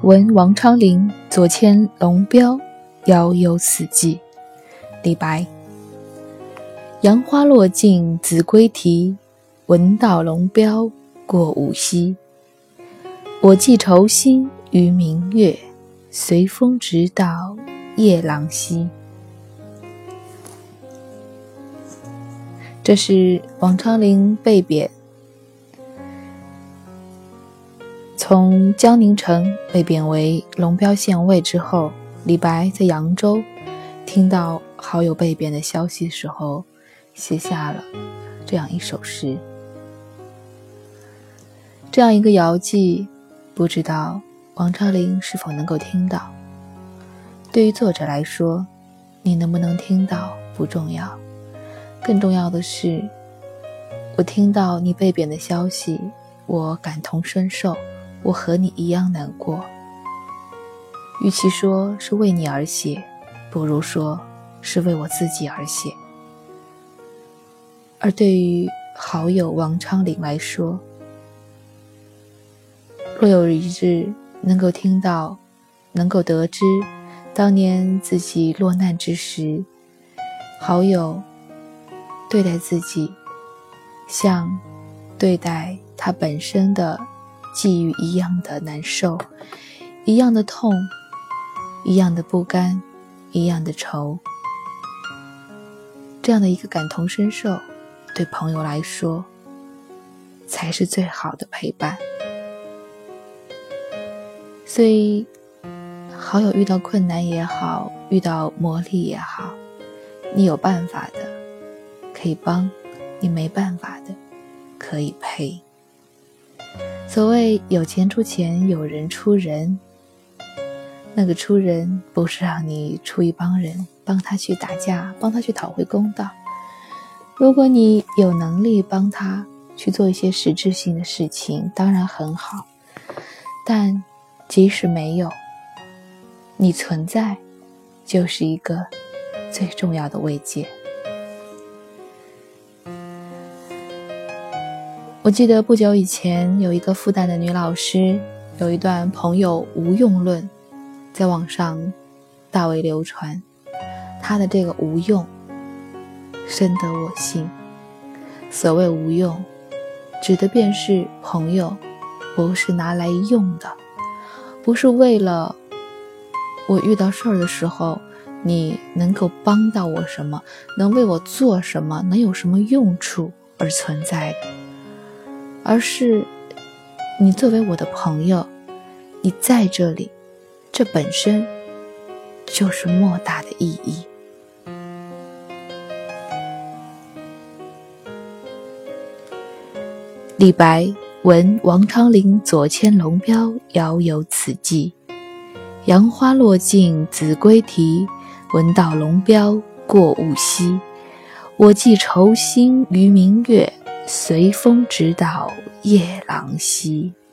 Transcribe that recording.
闻王昌龄，左迁龙标，遥有此寄。李白。杨花落尽子规啼，闻道龙标过五溪。我寄愁心于明月，随风直到夜郎西。这是王昌龄被贬，从江宁城被贬为龙标县尉之后，李白在扬州听到好友被贬的消息的时候，写下了这样一首诗。这样一个遥寄，不知道王昌龄是否能够听到。对于作者来说，你能不能听到不重要，更重要的是，我听到你被贬的消息，我感同身受，我和你一样难过。与其说是为你而写，不如说是为我自己而写。而对于好友王昌龄来说，若有一日能够听到，能够得知当年自己落难之时，好友对待自己像对待他本身的际遇一样的难受，一样的痛，一样的不甘，一样的愁，这样的一个感同身受，对朋友来说才是最好的陪伴。所以好友遇到困难也好，遇到磨砺也好，你有办法的可以帮，你没办法的可以陪。所谓有钱出钱，有人出人，那个出人不是让你出一帮人帮他去打架，帮他去讨回公道。如果你有能力帮他去做一些实质性的事情，当然很好，但即使没有，你存在就是一个最重要的慰藉。我记得不久以前有一个复旦的女老师有一段朋友无用论在网上大为流传，她的这个无用深得我心。所谓无用，指的便是朋友不是拿来用的，不是为了我遇到事儿的时候你能够帮到我什么，能为我做什么，能有什么用处而存在的，而是你作为我的朋友，你在这里，这本身就是莫大的意义。李白闻王昌龄左迁龙标，遥有此寄。杨花落尽子规啼，闻道龙标过五溪。我寄愁心于明月，随风直到夜郎西。